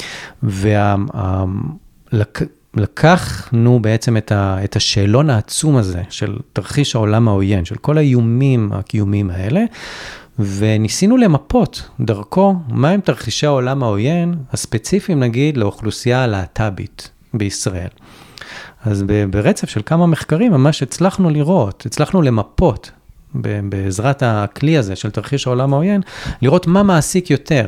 לקחנו בעצם את השאלון העצום הזה של תרחיש העולם העוין, של כל האיומים הקיומיים האלה, וניסינו למפות דרכו מהם תרחישי העולם העוין, הספציפיים נגיד לאוכלוסייה הלהט"בית בישראל. אז ברצף של כמה מחקרים ממש הצלחנו לראות, הצלחנו למפות בעזרת הכלי הזה של תרחיש העולם העוין, לראות מה מעסיק יותר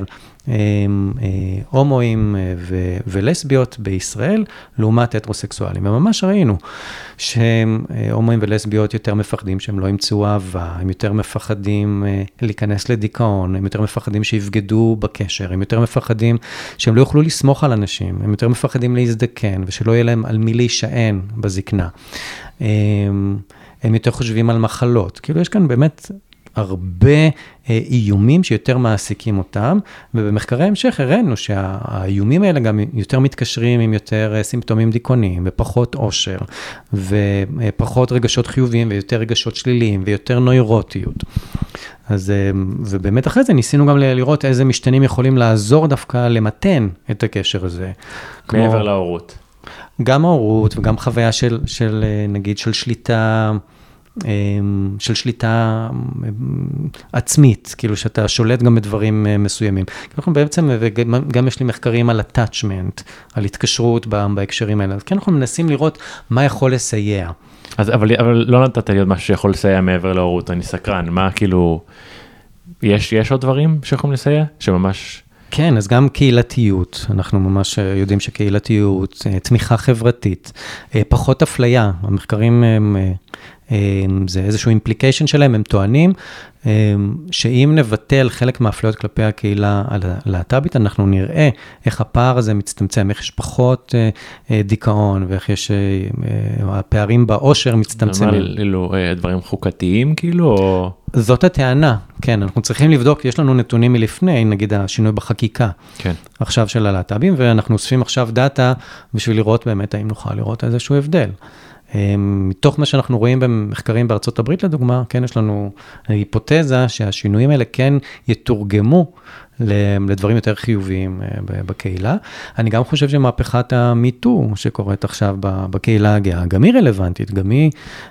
הומואים ולסביות בישראל, לעומת הטרוסקסואלים. וממש ראינו שהומואים ולסביות יותר מפחדים שהם לא ימצאו אהבה, הם יותר מפחדים להיכנס לדיכאון, הם יותר מפחדים שיבגדו בקשר, הם יותר מפחדים שהם לא יוכלו לסמוך על אנשים, הם יותר מפחדים להזדקן, ושלא יהיה להם על מי להישען בזקנה. הם יותר חושבים על מחלות. כאילו יש כאן באמת הרבה איומים שיותר מעסיקים אותם, ובמחקרי המשך הראינו שהאיומים האלה גם יותר מתקשרים עם יותר סימפטומים דיכאוניים, ופחות עושר, ופחות רגשות חיוביים, ויותר רגשות שליליים, ויותר נוירוטיות. אז, ובאמת אחרי זה ניסינו גם לראות איזה משתנים יכולים לעזור דווקא למתן את הקשר הזה. מעבר להורות. גם ההורות וגם חוויה של נגיד, של שליטה עצמית, כאילו שאתה שולט גם בדברים מסוימים. אנחנו בעצם, וגם יש לי מחקרים על attachment, על התקשרות בהקשרים האלה. אז כן, אנחנו מנסים לראות מה יכול לסייע. אבל לא נתת לי עוד משהו שיכול לסייע מעבר להורות, אני סקרן. מה כאילו, יש עוד דברים שיכולים לסייע? שממש... כן, אז גם קהילתיות, אנחנו ממש יודעים שקהילתיות, תמיכה חברתית, פחות אפליה, המחקרים זה איזשהו implication שלהם, הם טוענים שאם נבטל חלק מהאפליות כלפי הקהילה הלהט"בית, אנחנו נראה איך הפער הזה מצטמצם, איך יש פחות דיכאון, ואיך יש הפערים באושר מצטמצמים. אלו דברים חוקתיים כאילו? זאת הטענה, כן, אנחנו צריכים לבדוק, יש לנו נתונים מלפני, נגיד השינוי בחקיקה, כן. עכשיו של הלהט"בים, ואנחנו אוספים עכשיו דאטה בשביל לראות באמת האם נוכל לראות איזשהו הבדל. מתוך מה שאנחנו רואים במחקרים בארצות הברית, לדוגמה, כן, יש לנו היפותזה שהשינויים האלה כן יתורגמו לדברים יותר חיוביים בקהילה. אני גם חושב שמהפכת המיטו שקורית עכשיו בקהילה הגאה, גם היא רלוונטית, גם היא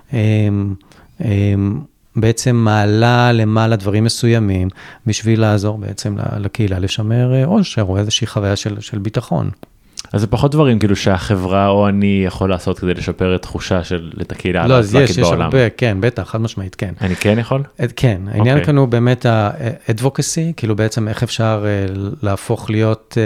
בעצם מעלה למעלה דברים מסוימים, בשביל לעזור בעצם לקהילה לשמר אושר, או איזושהי חוויה של ביטחון. אז זה פחות דברים כאילו שהחברה או אני יכול לעשות כדי לשפר את תחושה של את הקהילה לא, אז יש הרבה, כן, בטח, חד משמעית, כן. אני כן יכול? כן, העניין כאן הוא באמת ה-advocacy, כאילו בעצם איך אפשר להפוך להיות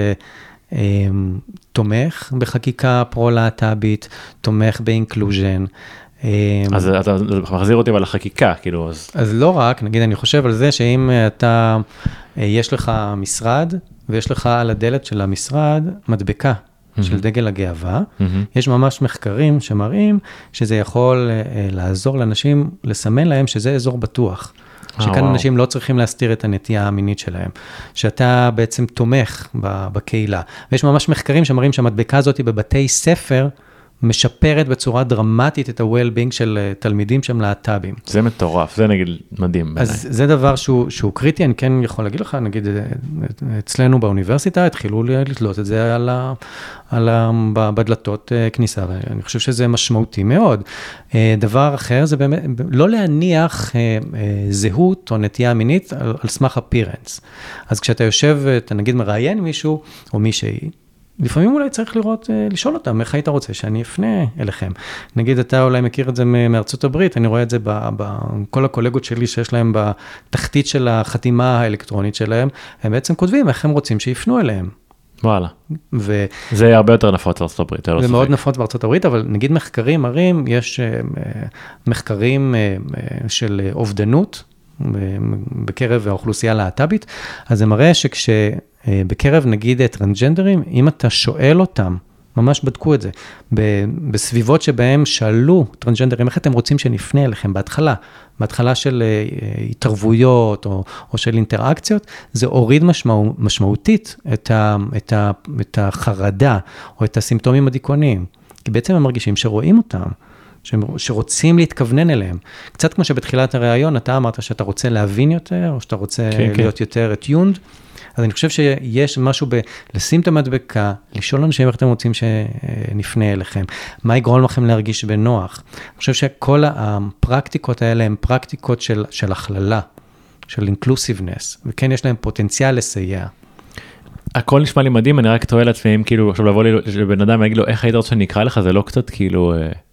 תומך בחקיקה פרו-להט"בית, תומך באינקלוז'ן. אז אתה מחזיר אותי על החקיקה, כאילו. אז לא רק, נגיד, אני חושב על זה שאם אתה, יש לך משרד, ויש לך על הדלת של המשרד מדבקה של דגל הגאווה, יש ממש מחקרים שמראים שזה יכול לעזור לאנשים, לסמן להם שזה אזור בטוח. שכאן אנשים לא צריכים להסתיר את הנטייה המינית שלהם, שאתה בעצם תומך בקהילה. ויש ממש מחקרים שמראים שהמדבקה הזאת בבתי ספר, משפרת בצורה דרמטית את ה-well-being של תלמידים שהם להט"בים. זה מטורף, זה נגיד מדהים. אז זה דבר שהוא קריטי, אני כן יכול להגיד לך, נגיד אצלנו באוניברסיטה, התחילו לתלות את זה בדלתות כניסה, ואני חושב שזה משמעותי מאוד. דבר אחר זה באמת, לא להניח זהות או נטייה מינית על סמך appearance. אז כשאתה יושב, אתה נגיד מראיין מישהו או מישהי, לפעמים אולי צריך לשאול אותם, איך היית רוצה שאני אפנה אליכם? נגיד, אתה אולי מכיר את זה מארצות הברית, אני רואה את זה בכל הקולגות שלי שיש להם בתחתית של החתימה האלקטרונית שלהם, הם בעצם כותבים איך הם רוצים שיפנו אליהם. וואלה. זה הרבה יותר נפוץ בארצות הברית. זה מאוד נפוץ בארצות הברית, אבל נגיד מחקרים מראים, יש מחקרים של אובדנות, בקרב האוכלוסייה להט"בית, אז זה מראה בקרב נגיד טרנסג'נדרים, אם אתה שואל אותם, ממש בדקו את זה, בסביבות שבהם שאלו טרנסג'נדרים, איך אתם רוצים שנפנה אליכם בהתחלה של התערבויות או של אינטראקציות, זה הוריד משמעותית את החרדה או את הסימפטומים הדיכאוניים, כי בעצם הם מרגישים שרואים אותם, שרוצים להתכוונן אליהם. קצת כמו שבתחילת הראיון אתה אמרת שאתה רוצה להבין יותר, או שאתה רוצה להיות יותר attuned, אז אני חושב שיש משהו לשים את המדבקה, לשאול אנשים איך אתם רוצים שנפנה אליכם, מה יגרום לכם להרגיש בנוח. אני חושב שכל הפרקטיקות האלה הן פרקטיקות של הכללה, של inclusiveness, וכן יש להם פוטנציאל לסייע. הכל נשמע לי מדהים, אני רק תוהה לעצמי, אם כאילו עכשיו לבוא לבן אדם ולהגיד לו, איך היית רוצה שאני אקרא לך, זה לא קצת כאילו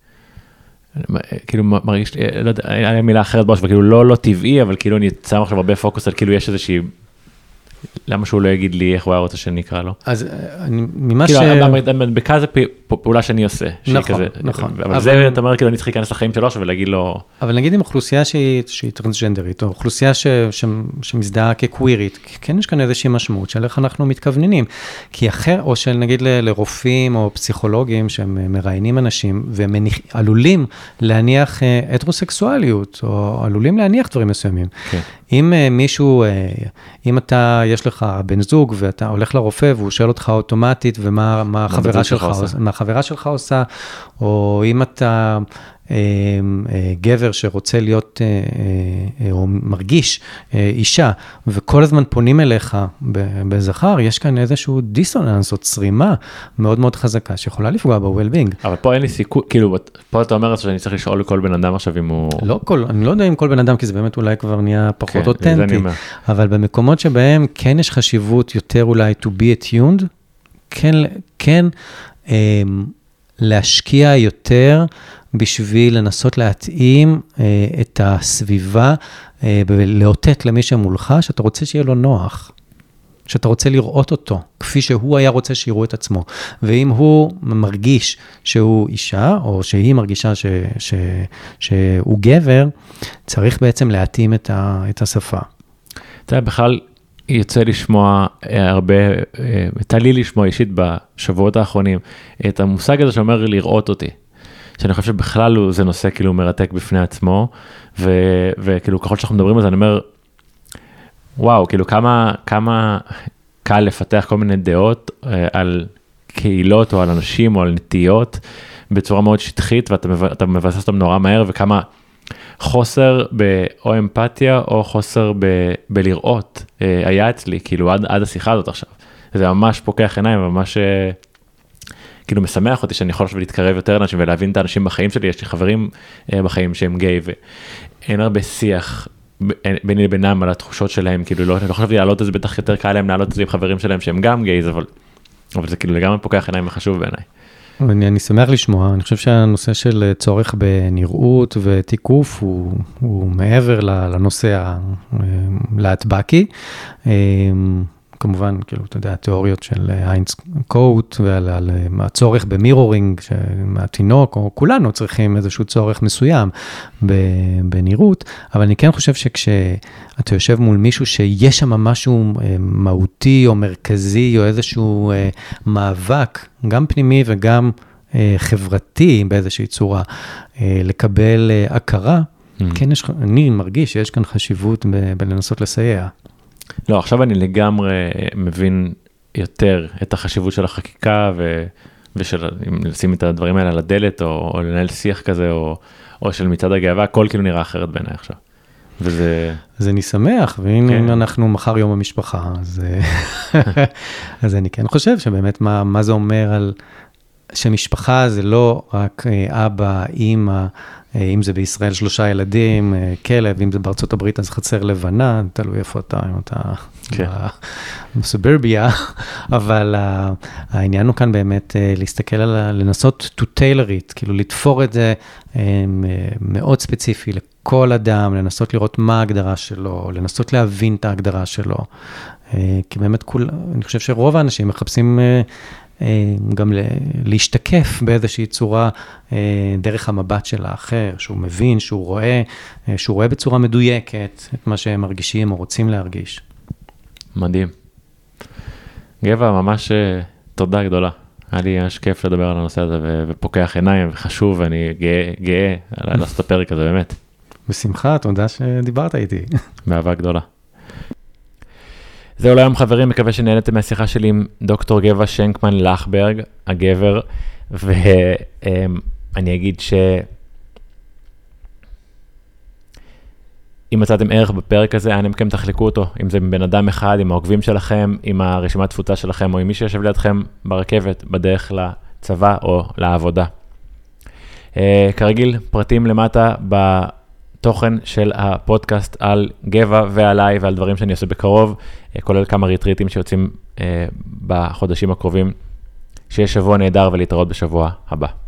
מרגיש לי, לא יודע, היה מילה אחרת בראש, וכאילו לא טבעי, אבל כאילו אני שם עכשיו הרבה פוקוס על כאילו יש איזושהי, למה שהוא לא יגיד לי איך הוא היה רוצה שאני אקרא לו? אז ממה מדבקה זה פעולה שאני עושה. נכון. אבל זה, אתה אומר, כאילו אני צריך להיכנס לחיים שלו ולהגיד לו... אבל נגיד עם אוכלוסייה שהיא טרנסג'נדרית, או אוכלוסייה שמזדהה כקווירית, כן יש כאן איזושהי משמעות של איך אנחנו מתכווננים. כי אחר, או של נגיד לרופאים או פסיכולוגים שהם מראיינים אנשים, והם עלולים להניח הטרוסקסואליות, או עלולים להניח דברים מסוימים. אם מישהו, אם אתה, יש לך בן זוג, ואתה הולך לרופא, והוא שואל אותך אוטומטית, ומה החברה שלך עושה, או אם אתה גבר שרוצה להיות, או מרגיש אישה, וכל הזמן פונים אליך בזכר, יש כאן איזשהו דיסוננס או צרימה מאוד מאוד חזקה, שיכולה לפגוע ב-well-being. אבל פה אין לי סיכוי, כאילו, פה אתה אומר שאני צריך לשאול לכל בן אדם עכשיו אם הוא... אני לא יודע אם כל בן אדם, כי זה באמת אולי כבר נהיה פחות אותנטי, אבל במקומות שבהם כן יש חשיבות יותר אולי to be attuned, כן להשקיע יותר בשביל לנסות להתאים את הסביבה ולאותת למי שמולך, שאתה רוצה שיהיה לו נוח, שאתה רוצה לראות אותו, כפי שהוא היה רוצה שיראו את עצמו. ואם הוא מרגיש שהוא אישה, או שהיא מרגישה שהוא גבר, צריך בעצם להתאים את השפה. אתה יודע, בכלל יוצא לשמוע הרבה, הייתה לי לשמוע אישית בשבועות האחרונים, את המושג הזה שאומר לראות אותי. שאני חושב שבכלל זה נושא כאילו מרתק בפני עצמו, וכאילו ככל שאנחנו מדברים על זה, אני אומר, וואו, כאילו כמה קל לפתח כל מיני דעות על קהילות או על אנשים או על נטיות בצורה מאוד שטחית, ואתה מבסס אותם נורא מהר, וכמה חוסר או אמפתיה או חוסר בלראות היה אצלי, כאילו עד השיחה הזאת עכשיו. זה ממש פוקח עיניים, ממש כאילו משמח אותי שאני יכול עכשיו להתקרב יותר לאנשים ולהבין את האנשים בחיים שלי. יש לי חברים בחיים שהם גיי ואין הרבה שיח ביני לבינם על התחושות שלהם, כאילו לא חשבתי להעלות את זה, בטח יותר קל להם להעלות את זה עם חברים שלהם שהם גם גייז, אבל זה כאילו לגמרי פוקח עיניים וחשוב בעיניי. אני שמח לשמוע, אני חושב שהנושא של צורך בנראות ותיקוף הוא מעבר לנושא להטבקי. כמובן, כאילו, אתה יודע, התיאוריות של היינץ קוט, ועל הצורך במירורינג מהתינוק, או כולנו צריכים איזשהו צורך מסוים בנראות, אבל אני כן חושב שכשאתה יושב מול מישהו שיש שם משהו מהותי או מרכזי, או איזשהו מאבק, גם פנימי וגם חברתי באיזושהי צורה, לקבל הכרה, כן, אני מרגיש שיש כאן חשיבות בלנסות לסייע. לא, עכשיו אני לגמרי מבין יותר את החשיבות של החקיקה, ושל לשים את הדברים האלה על הדלת, או לנהל שיח כזה, או של מצד הגאווה, הכל כאילו נראה אחרת בעיניי עכשיו. אז אני שמח, והנה אנחנו מחר יום המשפחה, אז אני כן חושב שבאמת מה זה אומר על שמשפחה זה לא רק אבא, אמא, אם זה בישראל 3 ילדים, כלב, אם זה בארצות הברית אז חצר לבנה, תלוי איפה אתה, אם אתה בסוברביה, אבל העניין הוא כאן באמת להסתכל על, לנסות to tailor it, כאילו לתפור את זה מאוד ספציפי לכל אדם, לנסות לראות מה ההגדרה שלו, לנסות להבין את ההגדרה שלו, כי באמת אני חושב שרוב האנשים מחפשים גם להשתקף באיזושהי צורה דרך המבט של האחר, שהוא מבין, שהוא רואה בצורה מדויקת את מה שהם מרגישים או רוצים להרגיש. מדהים. גבע, ממש תודה גדולה. היה לי ממש כיף לדבר על הנושא הזה ופוקח עיניים וחשוב, ואני גאה לעשות את הפרק הזה, באמת. בשמחה, תודה שדיברת איתי. באהבה גדולה. זהו להיום חברים, מקווה שנהנתם מהשיחה שלי עם דוקטור גבע שנקמן לחברג, הגבר, ואני אגיד אם מצאתם ערך בפרק הזה, אנא מכם תחלקו אותו, אם זה עם בן אדם אחד, עם העוקבים שלכם, עם הרשימת תפוצה שלכם, או עם מי שיושב לידכם ברכבת, בדרך לצבא או לעבודה. כרגיל, פרטים למטה תוכן של הפודקאסט על גבע ועליי ועל דברים שאני עושה בקרוב, כולל כמה ריטריטים שיוצאים בחודשים הקרובים. שיהיה שבוע נהדר ולהתראות בשבוע הבא.